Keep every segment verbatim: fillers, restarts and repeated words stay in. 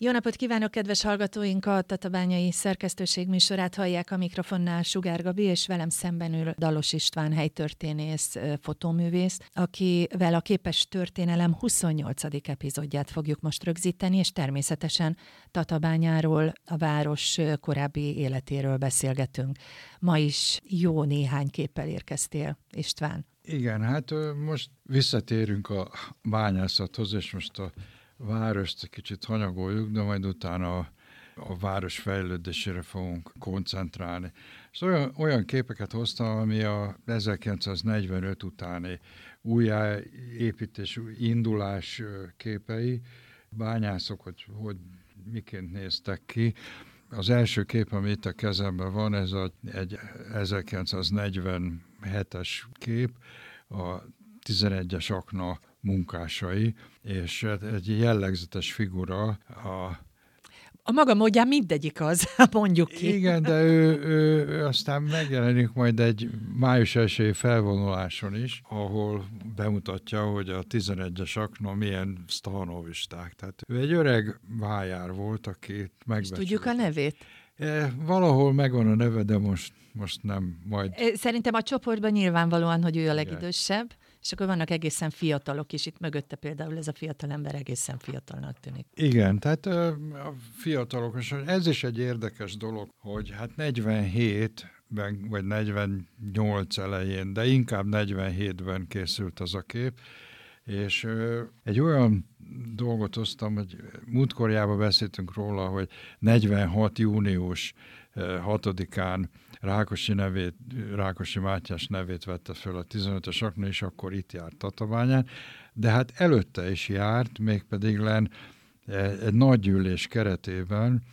Jó napot kívánok, kedves hallgatóink! A Tatabányai Szerkesztőség műsorát hallják, a mikrofonnál Sugár Gabi, és velem szemben ül Dalos István helytörténész, fotóművész, akivel a Képes Történelem huszonnyolcadik epizódját fogjuk most rögzíteni, és természetesen Tatabányáról, a város korábbi életéről beszélgetünk. Ma is jó néhány képpel érkeztél, István. Igen, hát most visszatérünk a bányászathoz, és most a várost kicsit hanyagoljuk, de majd utána a, a város fejlődésére fogunk koncentrálni. És olyan, olyan képeket hoztam, ami a ezerkilencszáznegyvenöt utáni újjáépítés, indulás képei, bányászok, hogy, hogy miként néztek ki. Az első kép, ami itt a kezemben van, ez a, egy ezerkilencszáznegyvenhetes kép, a tizenegyes akna munkásai, és egy jellegzetes figura. A, a maga módján mindegyik az, mondjuk ki. Igen, de ő, ő, ő aztán megjelenik majd egy május elsői felvonuláson is, ahol bemutatja, hogy a tizenegyes akna milyen sztanovisták. Tehát ő egy öreg vájár volt, akit megbecsült. Tudjuk a nevét? E, valahol megvan a neve, de most, most nem majd. Szerintem a csoportban nyilvánvalóan, hogy ő a legidősebb, és akkor vannak egészen fiatalok is, itt mögötte például ez a fiatal ember egészen fiatalnak tűnik. Igen, tehát a fiatalok, és ez is egy érdekes dolog, hogy hát negyvenhétben vagy negyvennyolc elején, de inkább negyvenhétben készült az a kép, és egy olyan dolgot hoztam, hogy múltkorjában beszéltünk róla, hogy negyvenhat június hatodikán Rákosi nevét, Rákosi Mátyás nevét vette föl a tizenötös akna, és akkor itt járt Tatabányán, de hát előtte is járt, mégpedig len egy nagygyűlés keretében,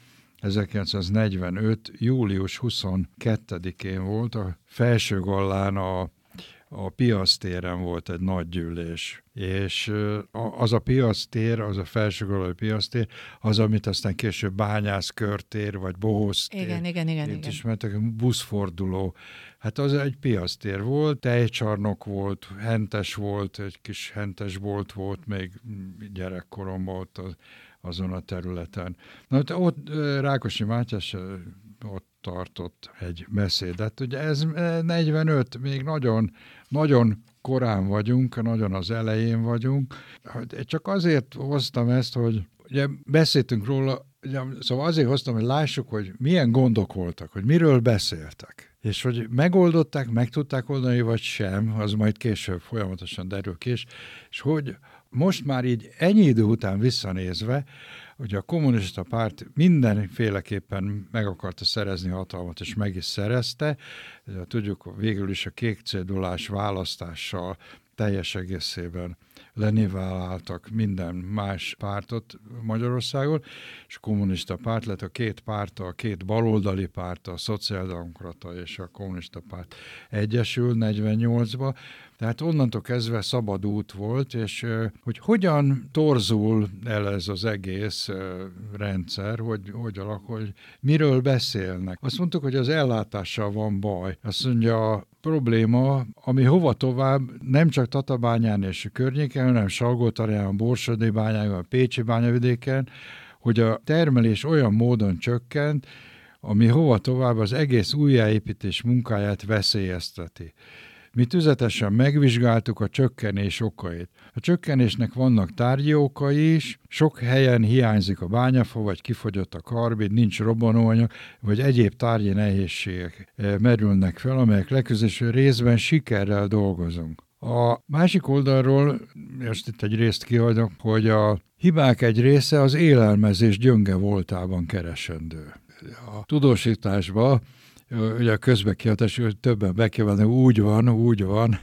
ezerkilencszáznegyvenöt. július huszonkettedikén volt, a Felsőgallán a a piactéren volt egy nagy gyűlés, és az a piactér, az a Felsőgallai piactér, az, amit aztán később Bányászkörtér, vagy Bohóztér, igen, igen, igen, itt igen. ismertek, buszforduló. Hát az egy piactér volt, tejcsarnok volt, hentes volt, egy kis hentesbolt volt, még gyerekkoromban ott az, azon a területen. Na, ott Rákosi Mátyás ott tartott egy beszédet. Ugye ez negyvenöt, még nagyon, nagyon korán vagyunk, nagyon az elején vagyunk. Csak azért hoztam ezt, hogy ugye beszéltünk róla, ugye, szóval azért hoztam, hogy lássuk, hogy milyen gondok voltak, hogy miről beszéltek. És hogy megoldották, meg tudták oldani, vagy sem, az majd később folyamatosan derül ki, és, és hogy most már így ennyi idő után visszanézve, hogy a kommunista párt mindenféleképpen meg akarta szerezni hatalmat, és meg is szerezte. Tudjuk, végül is a kék cédulás választással teljes egészében lenivelláltak minden más pártot Magyarországon, és a kommunista párt lett a két párt, a két baloldali párt, a szociáldemokrata és a kommunista párt egyesül negyvennyolcba. Tehát onnantól kezdve szabad út volt, és hogy hogyan torzul el ez az egész rendszer, hogy, hogy alak, hogy miről beszélnek. Azt mondtuk, hogy az ellátással van baj. Azt mondja, a probléma, ami hova tovább, nem csak Tatabányán és a környéken, hanem Salgótarján, Borsodi bányán, a Pécsi bányavidéken, hogy a termelés olyan módon csökkent, ami hova tovább az egész újjáépítés munkáját veszélyezteti. Mi tüzetesen megvizsgáltuk a csökkenés okait. A csökkenésnek vannak tárgyi okai is, sok helyen hiányzik a bányafa, vagy kifogyott a karbid, nincs robbanóanyag, vagy egyéb tárgyi nehézségek merülnek fel, amelyek legközöső részben sikerrel dolgozunk. A másik oldalról, most itt egy részt kihagyok, hogy a hibák egy része az élelmezés gyönge voltában keresendő. A tudósításban ugye a közbekiadás, hogy többen bekívánnak, úgy van, úgy van.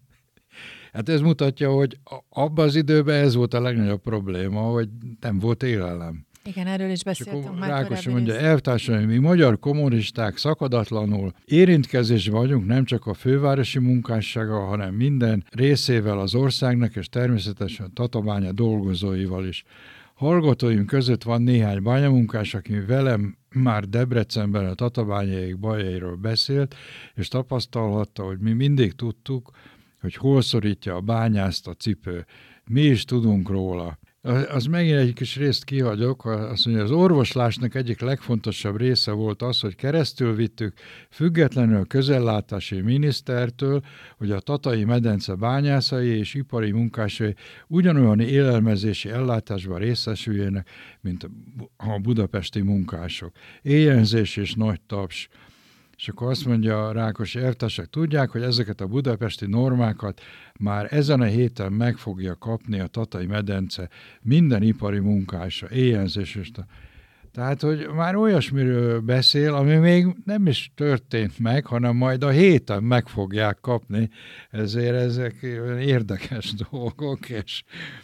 Hát ez mutatja, hogy abban az időben ez volt a legnagyobb probléma, hogy nem volt élelem. Igen, erről is beszéltünk már Rákosi mondja, elvtársaim, mi magyar kommunisták szakadatlanul érintkezésben vagyunk, nem csak a fővárosi munkássággal, hanem minden részével az országnak, és természetesen Tatabánya dolgozóival is. Hallgatóim között van néhány bányamunkás, aki velem már Debrecenben a tatabányaiak bajairól beszélt, és tapasztalhatta, hogy mi mindig tudtuk, hogy hol szorítja a bányászt a cipő. Mi is tudunk róla. Az megint egy kis részt kihagyok, azt mondja, az orvoslásnak egyik legfontosabb része volt az, hogy keresztül vittük függetlenül a közellátási minisztertől, hogy a Tatai medence bányászai és ipari munkásai ugyanolyan élelmezési ellátásban részesüljenek, mint a budapesti munkások. Éjjelzés és nagy taps. És akkor azt mondja a Rákosi elvtársak, tudják, hogy ezeket a budapesti normákat már ezen a héten meg fogja kapni a Tatai medence minden ipari munkása, éjjelzés és ta... Tehát, hogy már olyasmiről beszél, ami még nem is történt meg, hanem majd a héten meg fogják kapni, ezért ezek érdekes dolgok, és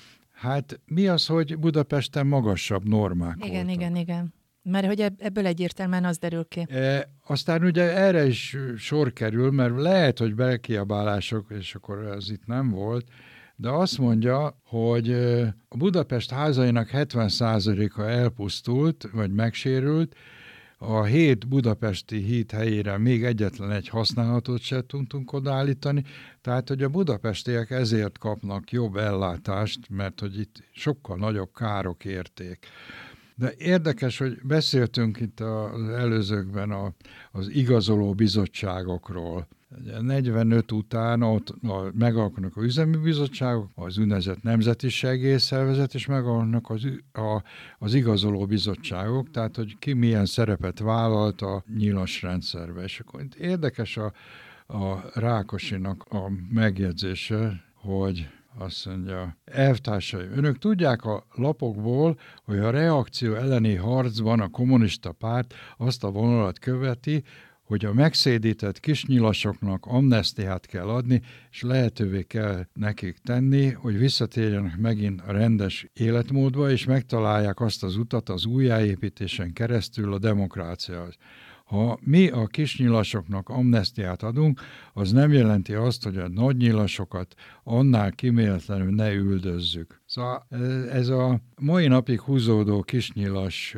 hát mi az, hogy Budapesten magasabb normák Igen, voltak? igen, igen. Mert hogy ebből egyértelműen az derül ki. E, aztán ugye erre is sor kerül, mert lehet, hogy belkiabálások, és akkor ez itt nem volt, de azt mondja, hogy a Budapest házainak hetven százaléka elpusztult, vagy megsérült, a hét budapesti híd helyére még egyetlen egy használhatót se tudtunk odaállítani, tehát hogy a budapestiek ezért kapnak jobb ellátást, mert hogy itt sokkal nagyobb károk érték. De érdekes, hogy beszéltünk itt az előzőkben a, az igazoló bizottságokról. negyvenöt után ott megalkodnak az üzemi bizottságok, az úgynevezett nemzeti segélyszervezet, és megalkodnak az, a, az igazoló bizottságok, tehát hogy ki milyen szerepet vállalt a nyilas rendszerbe. És akkor érdekes a, a Rákosinak a megjegyzése, hogy azt mondja, elvtársaim, önök tudják a lapokból, hogy a reakció elleni harcban a kommunista párt azt a vonalat követi, hogy a megszédített kisnyilasoknak amnesztiát kell adni, és lehetővé kell nekik tenni, hogy visszatérjenek megint a rendes életmódba, és megtalálják azt az utat az újjáépítésen keresztül a demokráciához. Ha mi a kisnyilasoknak amnesztiát adunk, az nem jelenti azt, hogy a nagynyilasokat annál kíméletlenül ne üldözzük. Szóval ez a mai napig húzódó kisnyilas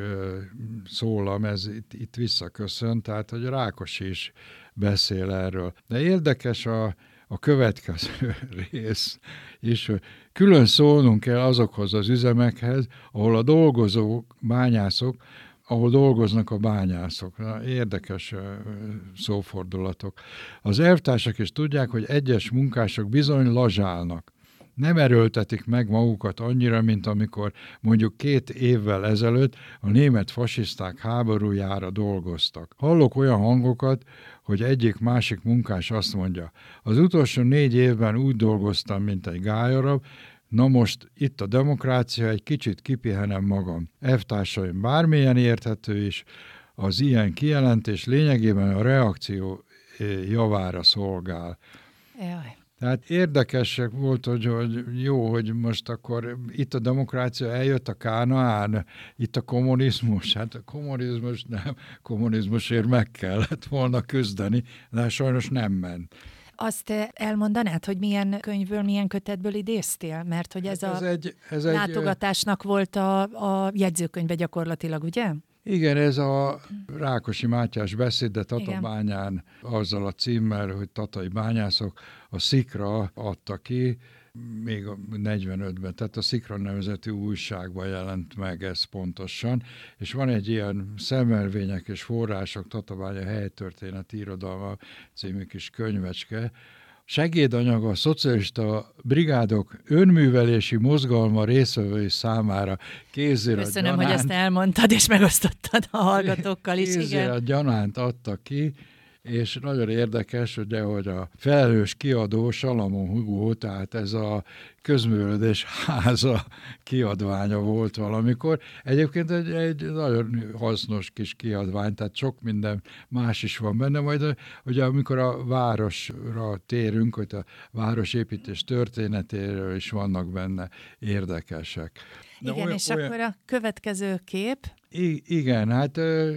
szólam, ez itt, itt visszaköszön, tehát hogy Rákosi is beszél erről. De érdekes a, a következő rész is, hogy külön szólnunk kell azokhoz az üzemekhez, ahol a dolgozók, bányászok, ahol dolgoznak a bányászok. Na, érdekes szófordulatok. Az elvtársak is tudják, hogy egyes munkások bizony lazsálnak. Nem erőltetik meg magukat annyira, mint amikor mondjuk két évvel ezelőtt a német fasiszták háborújára dolgoztak. Hallok olyan hangokat, hogy egyik-másik munkás azt mondja, az utolsó négy évben úgy dolgoztam, mint egy gályarab, na most itt a demokrácia, egy kicsit kipihenem magam. Elvtársaim, bármilyen érthető is, az ilyen kijelentés lényegében a reakció javára szolgál. Jaj. Tehát érdekesek volt, hogy, hogy jó, hogy most akkor itt a demokrácia, eljött a Kánaán, itt a kommunizmus. Hát a kommunizmus nem, kommunizmusért meg kellett volna küzdeni, de sajnos nem ment. Azt elmondanád, hogy milyen könyvből, milyen kötetből idéztél? Mert hogy ez, ez a egy, ez látogatásnak egy... volt a, a jegyzőkönyve gyakorlatilag, ugye? Igen, ez a Rákosi Mátyás beszéde Tatabányán azzal a címmel, hogy tatai bányászok, a Szikra adta ki, még a negyvenötben, tehát a Szikra nevezeti újságban jelent meg ez pontosan, és van egy ilyen szemelvények és források, Tatabánya helytörténet irodalma című kis könyvecske, segédanyag a szocialista brigádok önművelési mozgalma részvevői számára kézzel a Köszönöm, gyanánt, hogy ezt elmondtad, és megosztottad a hallgatókkal is. Kézzel a gyanánt adta ki, és nagyon érdekes, ugye, hogy a felelős kiadó Salamon Hugo, tehát ez a Közművelődés Háza kiadványa volt valamikor. Egyébként egy, egy nagyon hasznos kis kiadvány, tehát sok minden más is van benne, majd ugye amikor a városra térünk, hogy a városépítés történetéről is vannak benne érdekesek. De igen, olyan, és olyan... akkor a következő kép... I- igen, hát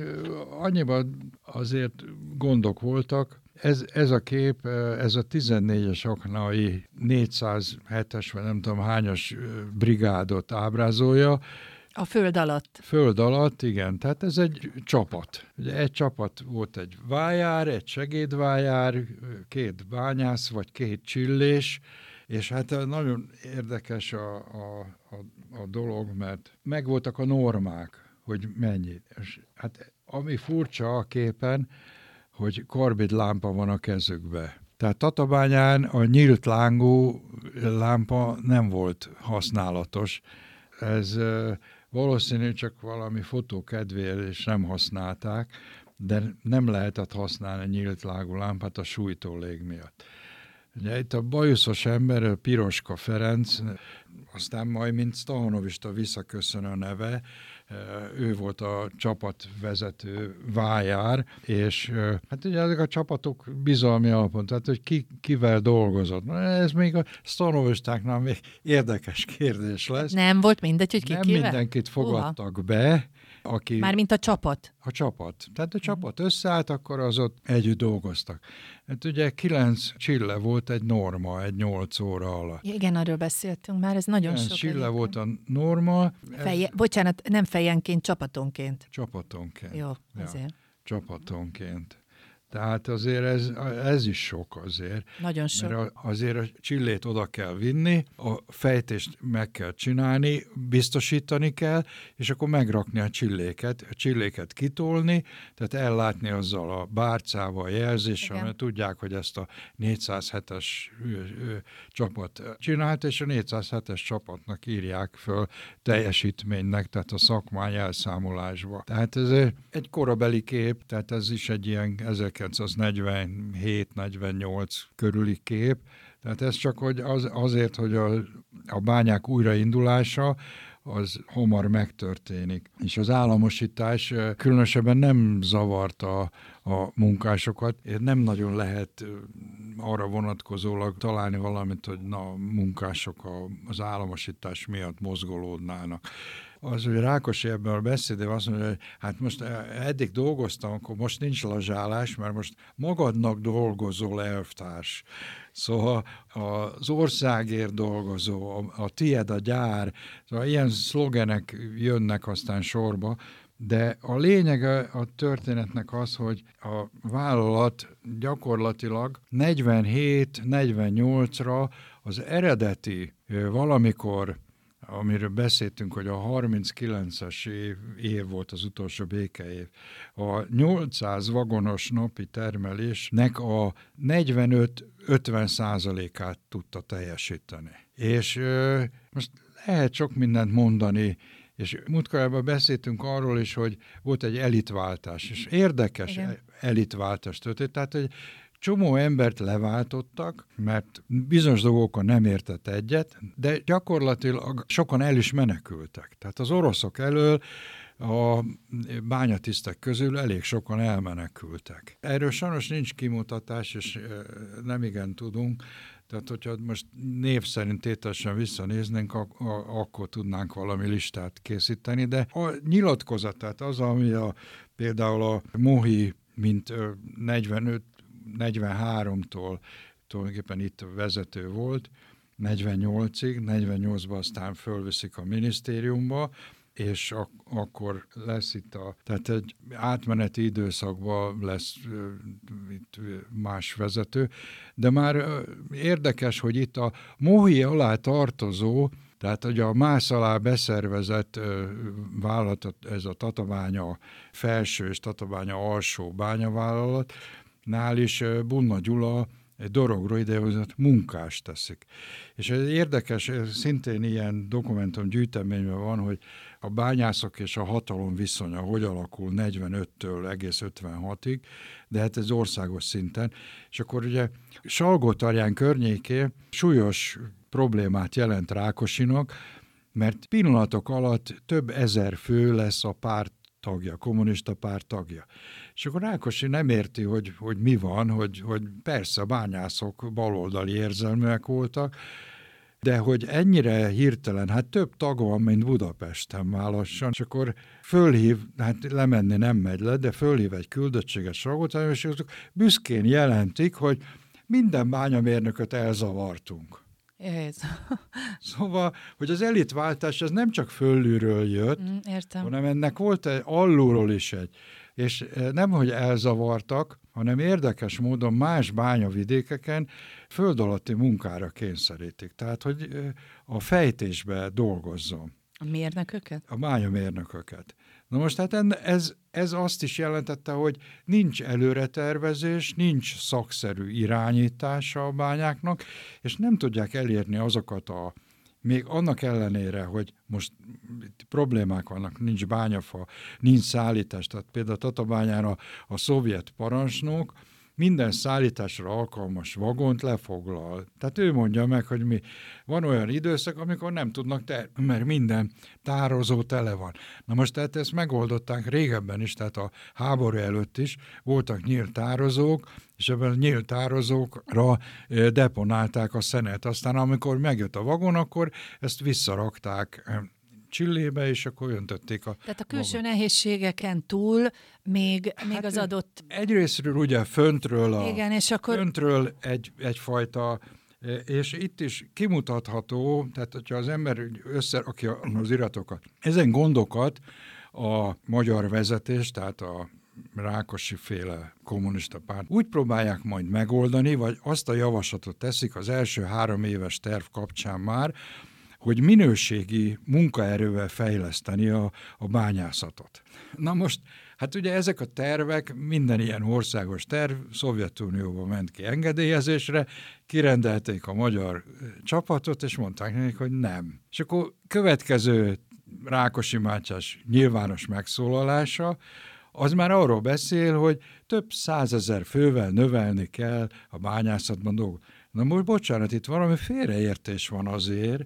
annyiban azért gondok voltak. Ez, ez a kép, ez a tizennégyes aknai négyszázhetes, vagy nem tudom hányas brigádot ábrázolja. A föld alatt. Föld alatt, igen. Tehát ez egy csapat. Ugye egy csapat volt, egy vájár, egy segédvájár, két bányász, vagy két csillés, és hát nagyon érdekes a, a, a, a dolog, mert megvoltak a normák, hogy mennyi. És hát ami furcsa a képen, hogy karbidlámpa van a kezükbe. Tehát Tatabányán a nyílt lángú lámpa nem volt használatos. Ez valószínű csak valami fotó kedvéért és nem használták, de nem lehetett használni nyílt lángú lámpát a sújtólég miatt. Ugye itt a bajuszos ember, Piroska Ferenc, aztán majd mint stahanovista visszaköszön a neve, ő volt a csapatvezető Vájár, és hát ugye ezek a csapatok bizalmi alapon, tehát hogy ki, kivel dolgozott. Ez még a stahanovistáknál még érdekes kérdés lesz. Nem volt mindegy, hogy ki Nem kivel? mindenkit fogadtak Uha. be, aki... Mármint a csapat? A csapat. Tehát a csapat összeállt, akkor az ott együtt dolgoztak. Hát ugye kilenc csille volt egy norma, egy nyolc óra alatt. Igen, arról beszéltünk már, ez nagyon kilenc sok. csille volt a norma. Feje, ez... Bocsánat, nem fejenként, csapatonként. Csapatonként. Jó, azért. Ja, csapatonként. Tehát azért ez, ez is sok azért. Nagyon sok. Mert azért a csillét oda kell vinni, a fejtést meg kell csinálni, biztosítani kell, és akkor megrakni a csilléket, a csilléket kitolni, tehát ellátni azzal a bárcával, a jelzéssel, mert tudják, hogy ezt a négyszázhetes csapat csinált, és a négyszázhetes csapatnak írják föl teljesítménynek, tehát a szakmány elszámolásba. Tehát ez egy korabeli kép, tehát ez is egy ilyen ezerkilencszáznegyvenhét negyvennyolc körüli kép, tehát ez csak hogy az, azért, hogy a, a bányák újraindulása az hamar megtörténik. És az államosítás különösebben nem zavarta a munkásokat. Nem nagyon lehet arra vonatkozólag találni valamit, hogy na, munkások az államosítás miatt mozgolódnának. Az, hogy Rákosi ebben a beszédében azt mondja, hogy hát most eddig dolgoztam, akkor most nincs lazsálás, mert most magadnak dolgozol, elvtárs. Szóval az országért dolgozó, a, a tied a gyár, szóval ilyen szlogenek jönnek aztán sorba, de a lényege a történetnek az, hogy a vállalat gyakorlatilag negyvenhét negyvennyolcra az eredeti valamikor, amiről beszéltünk, hogy a harminckilences év, év volt az utolsó békeév, a nyolcszáz vagonos napi termelésnek a negyvenöt-ötven százalékát tudta teljesíteni. És ö, most lehet sok mindent mondani, és múltkorában beszéltünk arról is, hogy volt egy elitváltás, és érdekes Igen. elitváltás történt, tehát hogy csomó embert leváltottak, mert bizonyos dolgokkal nem értett egyet, de gyakorlatilag sokan el is menekültek. Tehát az oroszok elől a bányatisztek közül elég sokan elmenekültek. Erről sajnos nincs kimutatás, és nem igen tudunk, tehát hogyha most név szerint tételesen visszanéznénk, ak- akkor tudnánk valami listát készíteni, de a nyilatkozat, tehát az, ami a, például a Mohi, mint negyvenöt negyvenháromtól tulajdonképpen itt vezető volt, negyvennyolcig, negyvennyolcban aztán fölviszik a minisztériumba, és ak- akkor lesz itt a, tehát egy átmeneti időszakban lesz uh, itt más vezető, de már uh, érdekes, hogy itt a Mohi alá tartozó, tehát hogy a MÁSZ alá beszervezett uh, vállalat, ez a Tatabánya felső és Tatabánya alsó bányavállalat, nál is Bunna Gyula egy dorogra idehozott munkást teszik. És ez érdekes, szintén ilyen dokumentumgyűjteményben van, hogy a bányászok és a hatalom viszonya hogy alakul negyvenöttől egész ötvenhatig, de hát ez országos szinten. És akkor ugye Salgótarján környékén súlyos problémát jelent Rákosinak, mert pillanatok alatt több ezer fő lesz a párt tagja, kommunista párt tagja. És akkor Rákosi nem érti, hogy, hogy mi van, hogy, hogy persze a bányászok baloldali érzelműek voltak, de hogy ennyire hirtelen, hát több tag van, mint Budapesten már lassan, és akkor fölhív, hát lemenni nem megy le, de fölhív egy küldöttséget Salgótarjánba, és azok büszkén jelentik, hogy minden bányamérnököt elzavartunk. Ez. Szóval, hogy az elitváltás ez nem csak fölülről jött, mm, értem. hanem ennek volt egy alulról is egy. És nem, hogy elzavartak, hanem érdekes módon más bányavidékeken föld alatti munkára kényszerítik. Tehát, hogy a fejtésbe dolgozzon. A mérnököket? A bányamérnököket. Na most hát ez, ez azt is jelentette, hogy nincs előretervezés, nincs szakszerű irányítása a bányáknak, és nem tudják elérni azokat a, még annak ellenére, hogy most problémák vannak, nincs bányafa, nincs szállítás, tehát például Tatabányára a szovjet parancsnok minden szállításra alkalmas vagont lefoglal. Tehát ő mondja meg, hogy mi van olyan időszak, amikor nem tudnak, ter- mert minden tározó tele van. Na most tehát ezt megoldották régebben is, tehát a háború előtt is voltak nyílt tározók, és ebben a nyílt tározókra deponálták a szenet. Aztán amikor megjött a vagon, akkor ezt visszarakták Csillébe, és akkor öntötték a... Tehát a külső vagon. Nehézségeken túl még, még hát az adott... Egyrésztről ugye föntről, a, igen, és akkor... föntről egy, egyfajta, és itt is kimutatható, tehát hogyha az ember összerakja az iratokat, ezen gondokat a magyar vezetés, tehát a Rákosi féle kommunista párt úgy próbálják majd megoldani, vagy azt a javaslatot teszik az első három éves terv kapcsán már, hogy minőségi munkaerővel fejleszteni a, a bányászatot. Na most, hát ugye ezek a tervek, minden ilyen országos terv Szovjetunióba ment ki engedélyezésre, kirendelték a magyar csapatot, és mondták nekik, hogy nem. És akkor következő Rákosi Mátyás nyilvános megszólalása, az már arról beszél, hogy több százezer fővel növelni kell a bányászatban dolgot. Na most bocsánat, itt valami félreértés van azért,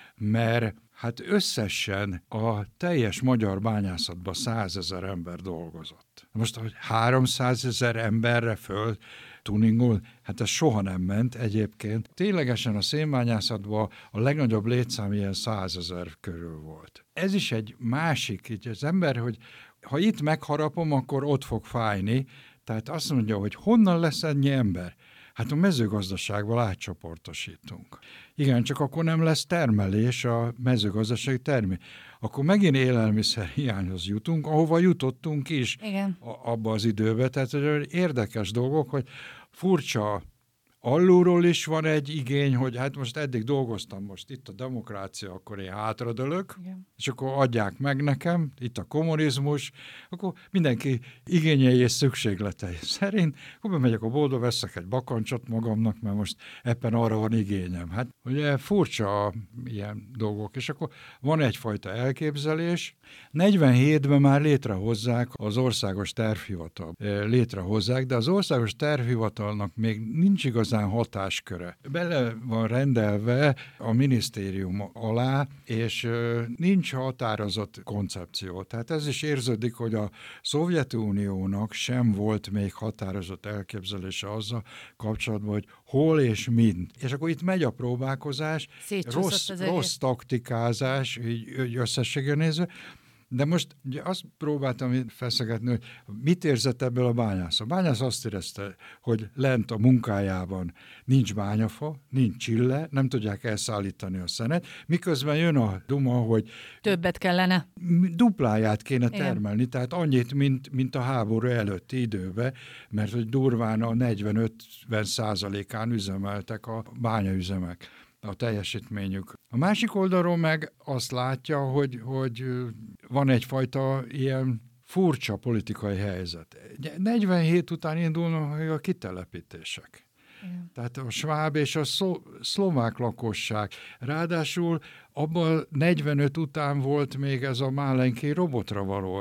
mert hát összesen a teljes magyar bányászatban százezer ember dolgozott. Most, hogy háromszázezer emberre föl tuningol, hát ez soha nem ment egyébként. Ténylegesen a szénbányászatban a legnagyobb létszám ilyen százezer körül volt. Ez is egy másik, így az ember, hogy ha itt megharapom, akkor ott fog fájni, tehát azt mondja, hogy honnan lesz ennyi ember? Hát a mezőgazdaságból átcsoportosítunk. Igen, csak akkor nem lesz termelés a mezőgazdasági termék. Akkor megint élelmiszer hiányhoz jutunk, ahova jutottunk is. Igen. Abba az időbe. Tehát érdekes dolgok, hogy furcsa, alulról is van egy igény, hogy hát most eddig dolgoztam, most itt a demokrácia, akkor én hátradőlök, igen. És akkor adják meg nekem, itt a kommunizmus, akkor mindenki igényei és szükségletei szerint, akkor bemegyek a boltba, veszek egy bakancsot magamnak, mert most éppen arra van igényem. Hát ugye furcsa ilyen dolgok, és akkor van egyfajta elképzelés. negyvenhétben már létrehozzák az országos tervhivatal. Létrehozzák, de az országos tervhivatalnak még nincs igazán hatásköre. Bele van rendelve a minisztérium alá, és nincs határozott koncepció. Tehát ez is érződik, hogy a Szovjetuniónak sem volt még határozott elképzelése azzal kapcsolatban, hogy hol és mind. És akkor itt megy a próbálkozás, rossz, rossz taktikázás, így, így összességében nézve. De most ugye azt próbáltam feszegetni, hogy mit érzett ebből a bányász. A bányász azt érezte, hogy lent a munkájában nincs bányafa, nincs csille, nem tudják elszállítani a szenet, miközben jön a duma, hogy többet kellene. Dupláját kéne termelni, igen. Tehát annyit, mint, mint a háború előtti időben, mert hogy durván a negyven-ötven százalékán üzemeltek a bányaüzemek a teljesítményük. A másik oldalról meg azt látja, hogy, hogy van egyfajta ilyen furcsa politikai helyzet. negyvenhét után indulnak a kitelepítések. Igen. Tehát a sváb és a szlovák lakosság. Ráadásul abban negyvenöt után volt még ez a málenki robotra való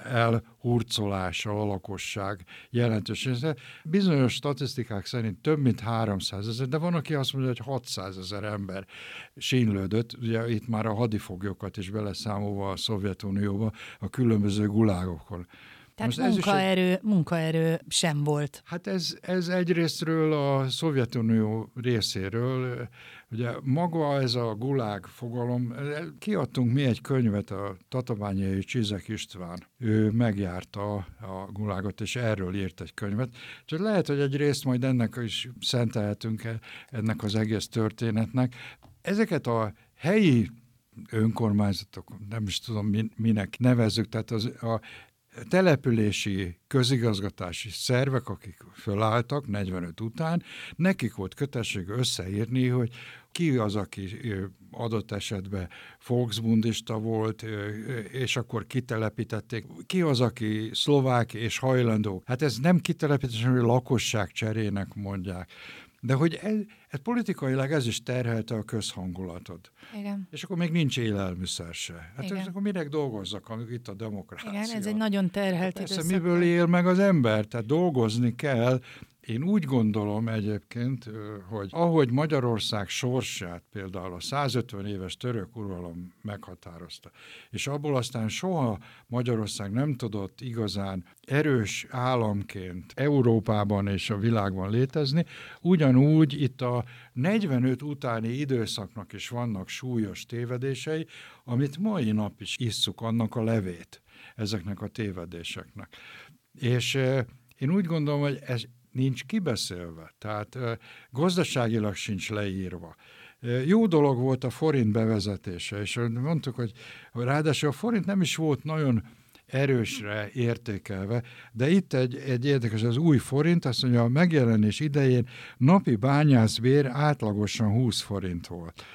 elhurcolása a lakosság jelentős. Bizonyos statisztikák szerint több mint háromszázezer, de van, aki azt mondja, hogy hatszázezer ember sínlődött. Ugye itt már a hadifoglyokat is beleszámolva a Szovjetunióba, a különböző gulágokon. Tehát munkaerő, egy... munkaerő sem volt. Hát ez, ez egyrésztről a Szovjetunió részéről, ugye maga ez a gulág fogalom, kiadtunk mi egy könyvet, a tatabányai Csizek István, ő megjárta a gulágot, és erről írt egy könyvet. Csak lehet, hogy egy részt majd ennek is szentelhetünk ennek az egész történetnek. Ezeket a helyi önkormányzatok, nem is tudom minek nevezzük, tehát az, a települési közigazgatási szervek, akik fölálltak negyvenöt után, nekik volt kötelesség összeírni, hogy ki az, aki adott esetben volksbundista volt, és akkor kitelepítették. Ki az, aki szlovák és hajlandó? Hát ez nem kitelepítés, hanem lakosság cserének mondják. De hogy ez, ez politikailag ez is terhelte a közhangulatot. Igen. És akkor még nincs élelmiszer se. Hát ez akkor minek dolgozzak, amíg itt a demokrácia. Igen, ez egy nagyon terhelt Persze, időszak. miből él meg az ember? Tehát dolgozni kell. Én úgy gondolom egyébként, hogy ahogy Magyarország sorsát például a százötven éves török uralom meghatározta, és abból aztán soha Magyarország nem tudott igazán erős államként Európában és a világban létezni, ugyanúgy itt a negyvenöt utáni időszaknak is vannak súlyos tévedései, amit mai nap is isszuk annak a levét, ezeknek a tévedéseknek. És én úgy gondolom, hogy ez nincs kibeszélve, tehát gazdaságilag sincs leírva. Jó dolog volt a forint bevezetése, és mondtuk, hogy ráadásul a forint nem is volt nagyon erősre értékelve, de itt egy, egy érdekes, az új forint, azt mondja, a megjelenés idején napi bányászbér átlagosan húsz forint volt.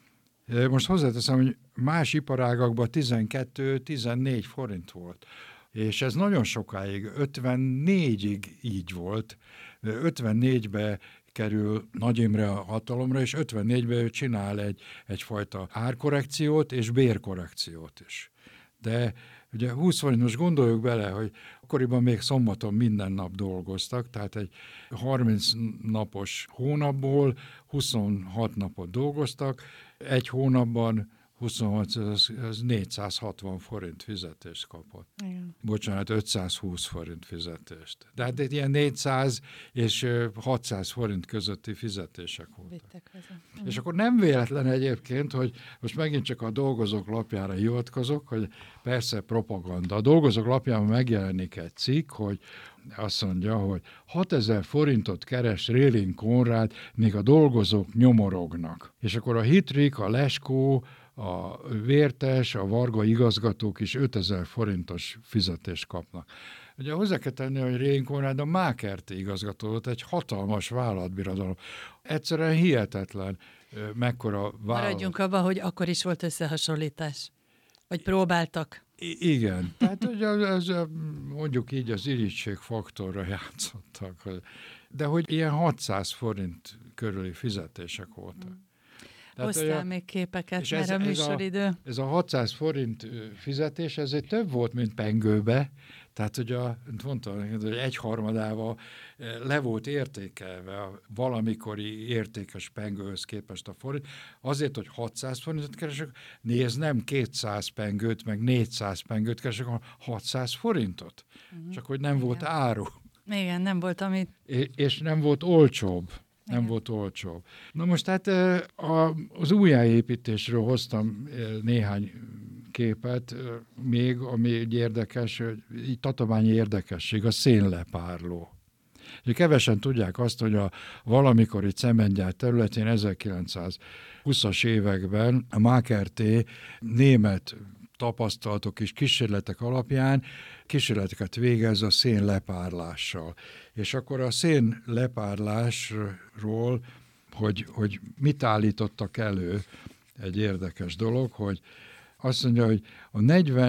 Most hozzáteszem, hogy más iparágakban tizenkettő-tizennégy forint volt. És ez nagyon sokáig, ötvennégyig így volt. ötvennégybe kerül Nagy Imre a hatalomra, és ötvennégyben ő csinál egy, egyfajta árkorrekciót és bérkorrekciót is. De ugye húsz forint, most gondoljuk bele, hogy akkoriban még szombaton minden nap dolgoztak, tehát egy harminc napos hónapból huszonhat napot dolgoztak, egy hónapban huszonhat, az, az négyszázhatvan forint fizetést kapott. Igen. Bocsánat, ötszázhúsz forint fizetést. De hát ilyen négyszáz és hatszáz forint közötti fizetések voltak. Mm. És akkor nem véletlen egyébként, hogy most megint csak a Dolgozók lapjára hivatkozok, hogy persze propaganda. A Dolgozók lapján megjelenik egy cikk, hogy azt mondja, hogy hatezer forintot keres Rélin Konrád, míg a dolgozók nyomorognak. És akkor a Hitrik, a Leskó, a Vértes, a Varga igazgatók is ötezer forintos fizetést kapnak. Ugye hozzá kell tenni, hogy Rélin Konrád a Mákerté igazgató volt, egy hatalmas vállalatbirodalom. Egyszerűen hihetetlen, mekkora vállalat. Maradjunk abban, hogy akkor is volt összehasonlítás. Vagy próbáltak. I- igen. Tehát ugye ez, mondjuk így az irigység-faktorra játszottak. De hogy ilyen hatszáz forint körüli fizetések voltak. Hmm. Hoztál még képeket, mert a műsoridő. Ez a, ez a hatszáz forint fizetés, ez egy több volt, mint pengőbe, tehát hogy a, mondtam, hogy egyharmadával le volt értékelve a valamikori értékes pengőhöz képest a forint, azért, hogy hatszáz forintot keresek, nézd, nem kétszáz pengőt, meg négyszáz pengőt keresek, hanem hatszáz forintot. Uh-huh. Csak hogy nem Igen. volt áru. Igen, nem volt, amit... És, és nem volt olcsóbb. Nem Igen. volt olcsó. Na most hát az újjáépítésről hoztam néhány képet, még ami egy érdekes, így tatabányi érdekesség, a szénlepárló. Kevesen tudják azt, hogy a valamikori cementgyár területén ezerkilencszázhúszas években a Mákerté német tapasztalatok és kísérletek alapján kísérleteket végez a szénlepárlással. És akkor a szénlepárlásról, hogy, hogy mit állítottak elő, egy érdekes dolog, hogy azt mondja, hogy a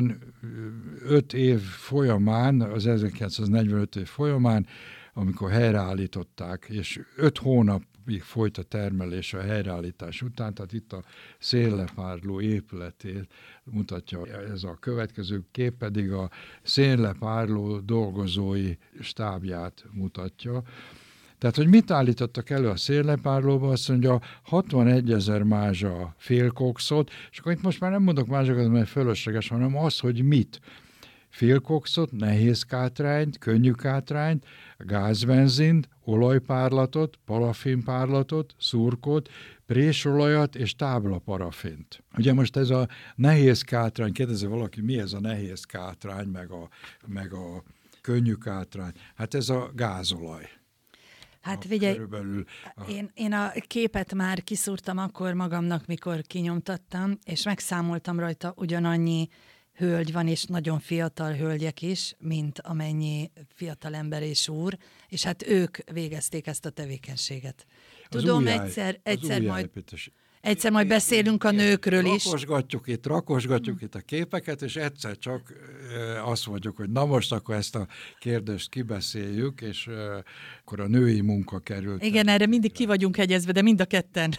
negyvenöt év folyamán, az ezerkilencszáznegyvenöt év folyamán, amikor helyreállították, és öt hónapig folyt a termelés a helyreállítás után, tehát itt a szénlepárló épületét mutatja ez a következő kép, pedig a szénlepárló dolgozói stábját mutatja. Tehát, hogy mit állítottak elő a szénlepárlóba, azt mondja, hatvanegyezer mázsa félkokszot, és akkor itt most már nem mondok mázsakat, mert fölösleges, hanem az, hogy mit. Félkokszot, nehéz kátrányt, könnyű kátrányt, gázbenzint, olajpárlatot, parafinpárlatot, szurkot, présolajat és táblaparafint. Ugye most ez a nehéz kátrány, kérdezi valaki, mi ez a nehéz kátrány, meg a, meg a könnyű kátrány? Hát ez a gázolaj. Hát figyelj, a... én, én a képet már kiszúrtam akkor magamnak, mikor kinyomtattam, és megszámoltam rajta ugyanannyi hölgy van, és nagyon fiatal hölgyek is, mint amennyi fiatal ember és úr, és hát ők végezték ezt a tevékenységet. Tudom, újjáj, egyszer, egyszer majd... Építés. Egyszer majd beszélünk a nőkről is. Rakosgatjuk itt, rakosgatjuk itt a képeket, és egyszer csak azt mondjuk, hogy na most akkor ezt a kérdést kibeszéljük, és akkor a női munka került. Igen, erre mindig ki vagyunk hegyezve, de mind a ketten.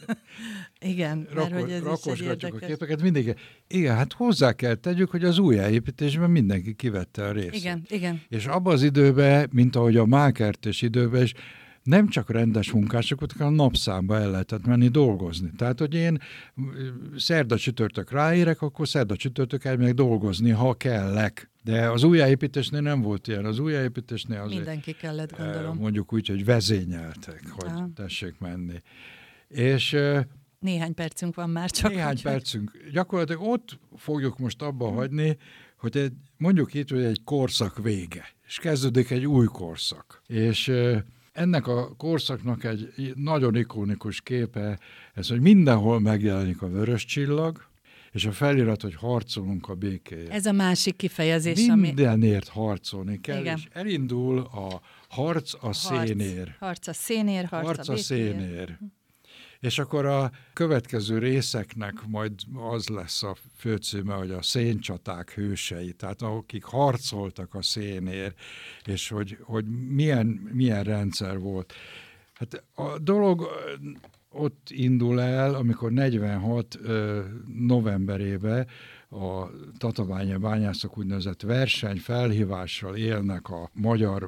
Igen, Rakos, mert hogy ez rakosgatjuk a képeket, mindig. Igen, hát hozzá kell tegyük, hogy az újjáépítésben mindenki kivette a részt. Igen, igen. És abban az időben, mint ahogy a Mákertés időben is, nem csak rendes munkásokat, hanem napszámba el lehetett menni dolgozni. Tehát, hogy én szerda csütörtök ráérek, akkor szerda csütörtök elmegyek dolgozni, ha kellek. De az újjáépítésnél nem volt ilyen. Az újjáépítésnél azért mindenki kellett, gondolom. Mondjuk úgy, hogy vezényeltek, hogy Aha. tessék menni. És néhány percünk van már csak. Néhány úgy, percünk. Gyakorlatilag ott fogjuk most abba hmm. hagyni, hogy egy, mondjuk itt, hogy egy korszak vége, és kezdődik egy új korszak. És ennek a korszaknak egy nagyon ikonikus képe, ez, hogy mindenhol megjelenik a vörös csillag, és a felirat, hogy harcolunk a békéért. Ez a másik kifejezés, mindenért ami... harcolni kell, Igen. és elindul a harc a szénér. Harc a szénér, harc, harc a, a szénér. És akkor a következő részeknek majd az lesz a főcíme, hogy a széncsaták hősei, tehát akik harcoltak a szénért, és hogy, hogy milyen, milyen rendszer volt. Hát a dolog ott indul el, amikor negyvenhat novemberében a tatabányi bányászok úgynevezett versenyfelhívással élnek a magyar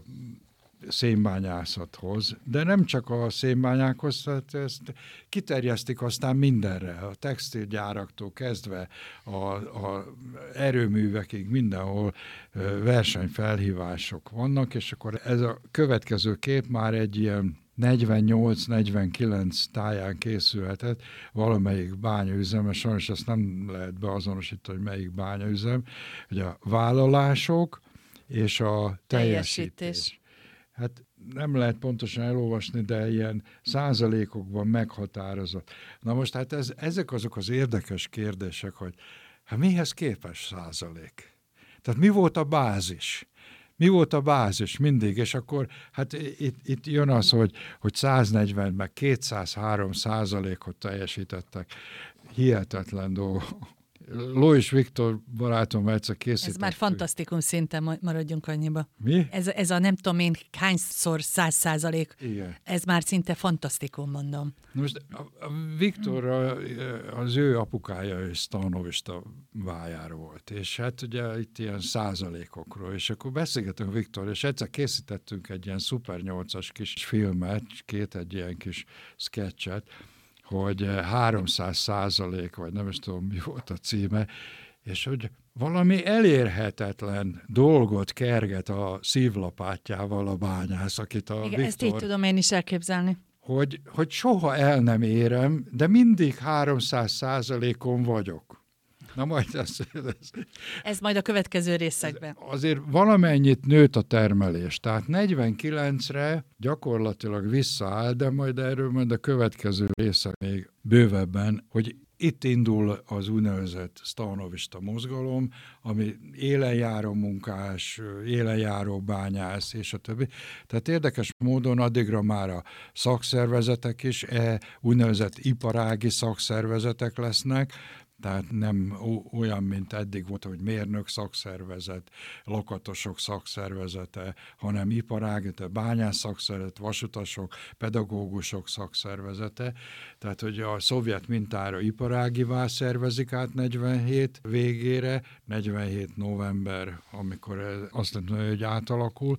szénbányászathoz, de nem csak a szénbányákhoz, tehát ezt kiterjesztik aztán mindenre, a textilgyáraktól kezdve a, a erőművekig mindenhol versenyfelhívások vannak, és akkor ez a következő kép már egy ilyen negyvennyolc negyvenkilenc táján készülhetett valamelyik bányaüzem, mert sajnos ezt nem lehet beazonosítani, hogy melyik bányaüzem, hogy a vállalások és a teljesítés. teljesítés. Hát nem lehet pontosan elolvasni, de ilyen százalékokban meghatározott. Na most hát ez, ezek azok az érdekes kérdések, hogy hát mihez képes százalék? Tehát mi volt a bázis? Mi volt a bázis mindig? És akkor hát itt, itt jön az, hogy, hogy száznegyven meg kétszázhárom százalékot teljesítettek. Hihetetlen dolgok. Lois Viktor barátom egyszer készítettük. Ez már fantasztikum szinten, maradjunk annyiba. Mi? Ez, ez a nem tudom én hányszor száz százalék. Igen. Ez már szinte fantasztikum, mondom. Most a, a Viktor, az ő apukája és stanovista vájár volt, és hát ugye itt ilyen százalékokról, és akkor beszélgetünk Viktor, és egyszer készítettünk egy ilyen szuper nyolcas kis filmet, két egy ilyen kis sketchet, hogy háromszáz százalék, vagy nem is tudom, mi volt a címe, és hogy valami elérhetetlen dolgot kerget a szívlapátjával a bányász, akit a Igen, Viktor... ezt így tudom én is elképzelni. Hogy, hogy soha el nem érem, de mindig háromszáz százalékon vagyok. Na majd ez, ez, ez majd a következő részekben. Azért valamennyit nőtt a termelés, tehát negyvenkilencre gyakorlatilag visszaáll, de majd erről majd a következő része még bővebben, hogy itt indul az úgynevezett stanovista mozgalom, ami élenjáró munkás, élenjáró bányász és a többi. Tehát érdekes módon addigra már a szakszervezetek is e, úgynevezett iparági szakszervezetek lesznek, tehát nem olyan, mint eddig volt, hogy mérnök szakszervezet, lakatosok szakszervezete, hanem iparági, tehát bányász szakszervezet, vasutasok, pedagógusok szakszervezete. Tehát, hogy a szovjet mintára iparágivá szervezik át negyvenhét végére, negyvenhét november, amikor azt mondja, hogy átalakul,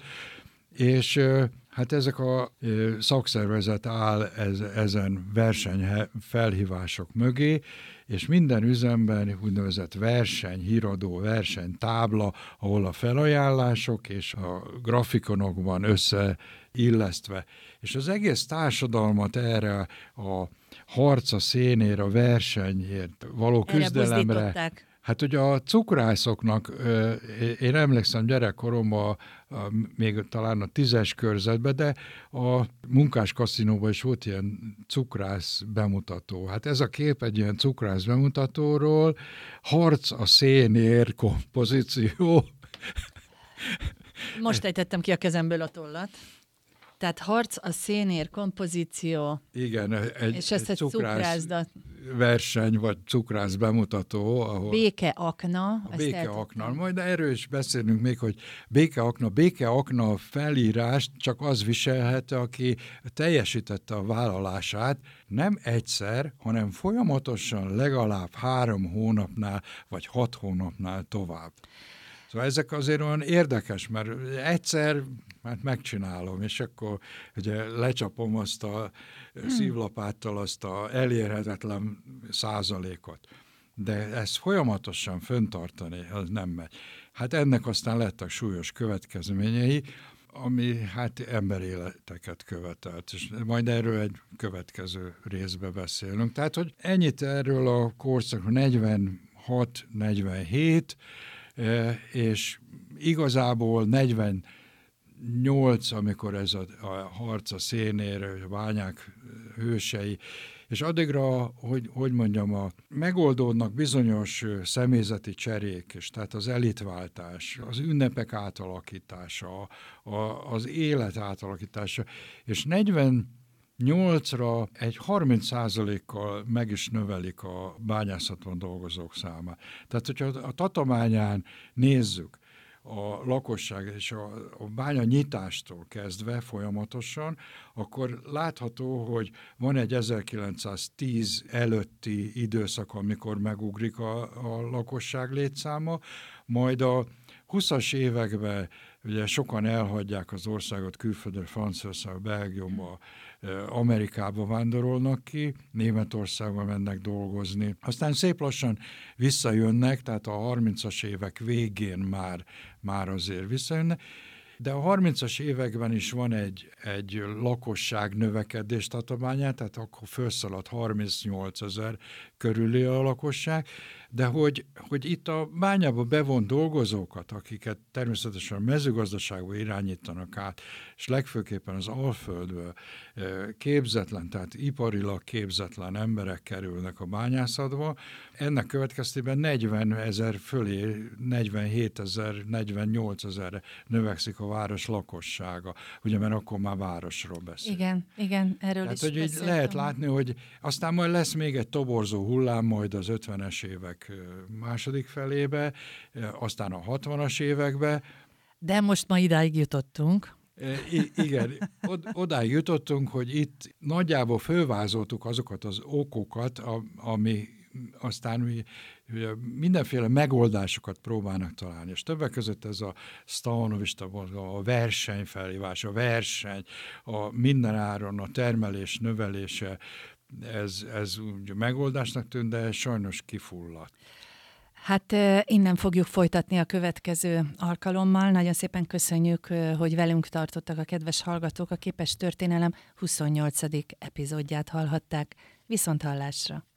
és hát ezek a szakszervezet áll ez, ezen versenyfelhívások mögé, és minden üzemben úgynevezett verseny, híradó, versenytábla, ahol a felajánlások és a grafikonokban összeillesztve. És az egész társadalmat erre a harc a szénért, a versenyért való erre küzdelemre, Hát ugye a cukrászoknak, én emlékszem gyerekkoromban, még talán a tízes körzetben, de a munkás kaszinóban is volt ilyen cukrász bemutató. Hát ez a kép egy ilyen cukrász bemutatóról, harc a szénért kompozíció. Most ejtettem ki a kezemből a tollat. Tehát harc a szénér kompozíció. Igen, egy, és ezt egy cukrász cukrászdat. verseny, vagy cukrász bemutató. Ahol Békeakna. A békeakna. Majd erről is beszélünk még, hogy békeakna. Békeakna felírást csak az viselhette, aki teljesítette a vállalását nem egyszer, hanem folyamatosan legalább három hónapnál, vagy hat hónapnál tovább. Szóval ezek azért olyan érdekes, mert egyszer hát megcsinálom, és akkor ugye lecsapom azt a hmm. szívlapáttal azt a elérhetetlen százalékot. De ezt folyamatosan föntartani, az nem megy. Hát ennek aztán lettek súlyos következményei, ami hát emberéleteket követelt, és majd erről egy következő részbe beszélünk. Tehát, hogy ennyit erről a korszak negyvenhat negyvenhét, és igazából negyvennyolc, amikor ez a, a harc a szénér, a bányák hősei, és addigra, hogy, hogy mondjam, a, megoldódnak bizonyos személyzeti cserék, és tehát az elitváltás, az ünnepek átalakítása, a, az élet átalakítása, és negyvennyolcra egy harminc százalékkal meg is növelik a bányászatban dolgozók számát. Tehát, hogyha a Tatabányán nézzük, a lakosság és a, a bánya nyitástól kezdve folyamatosan, akkor látható, hogy van egy ezerkilencszáztíz előtti időszak, amikor megugrik a, a lakosság létszáma, majd a huszas években ugye sokan elhagyják az országot, külföldre, Franciaország, Belgiumba, Amerikába vándorolnak ki, Németországba mennek dolgozni. Aztán szép lassan visszajönnek, tehát a harmincas évek végén már, már azért visszajönnek, de a harmincas években is van egy, egy lakosság növekedés Tatabányán, tehát akkor felszaladt harmincnyolcezer körüli a lakosság, de hogy, hogy itt a bányába bevont dolgozókat, akiket természetesen a mezőgazdaságba irányítanak át, és legfőképpen az Alföldből képzetlen, tehát iparilag képzetlen emberek kerülnek a bányászatba, ennek következtében negyven ezer fölé, negyvenhét ezer, negyvennyolc ezerre növekszik a város lakossága, ugye, mert akkor már városról beszélünk. Igen, igen, erről Tehát, is hogy beszéltem. lehet látni, hogy aztán majd lesz még egy toborzó hullám, majd az ötvenes évek második felébe, aztán a hatvanas évekbe. De most ma idáig jutottunk. I- igen, od- odáig jutottunk, hogy itt nagyjából fölvázoltuk azokat az okokat, a- ami aztán mi mindenféle megoldásokat próbálnak találni. És többek között ez a stanovista, a versenyfelhívás, a verseny, a mindenáron a termelés növelése, ez, ez ugye megoldásnak tűnt, de sajnos kifulladt. Hát innen fogjuk folytatni a következő alkalommal. Nagyon szépen köszönjük, hogy velünk tartottak a kedves hallgatók. A Képes Történelem huszonnyolcadik epizódját hallhatták. Viszonthallásra!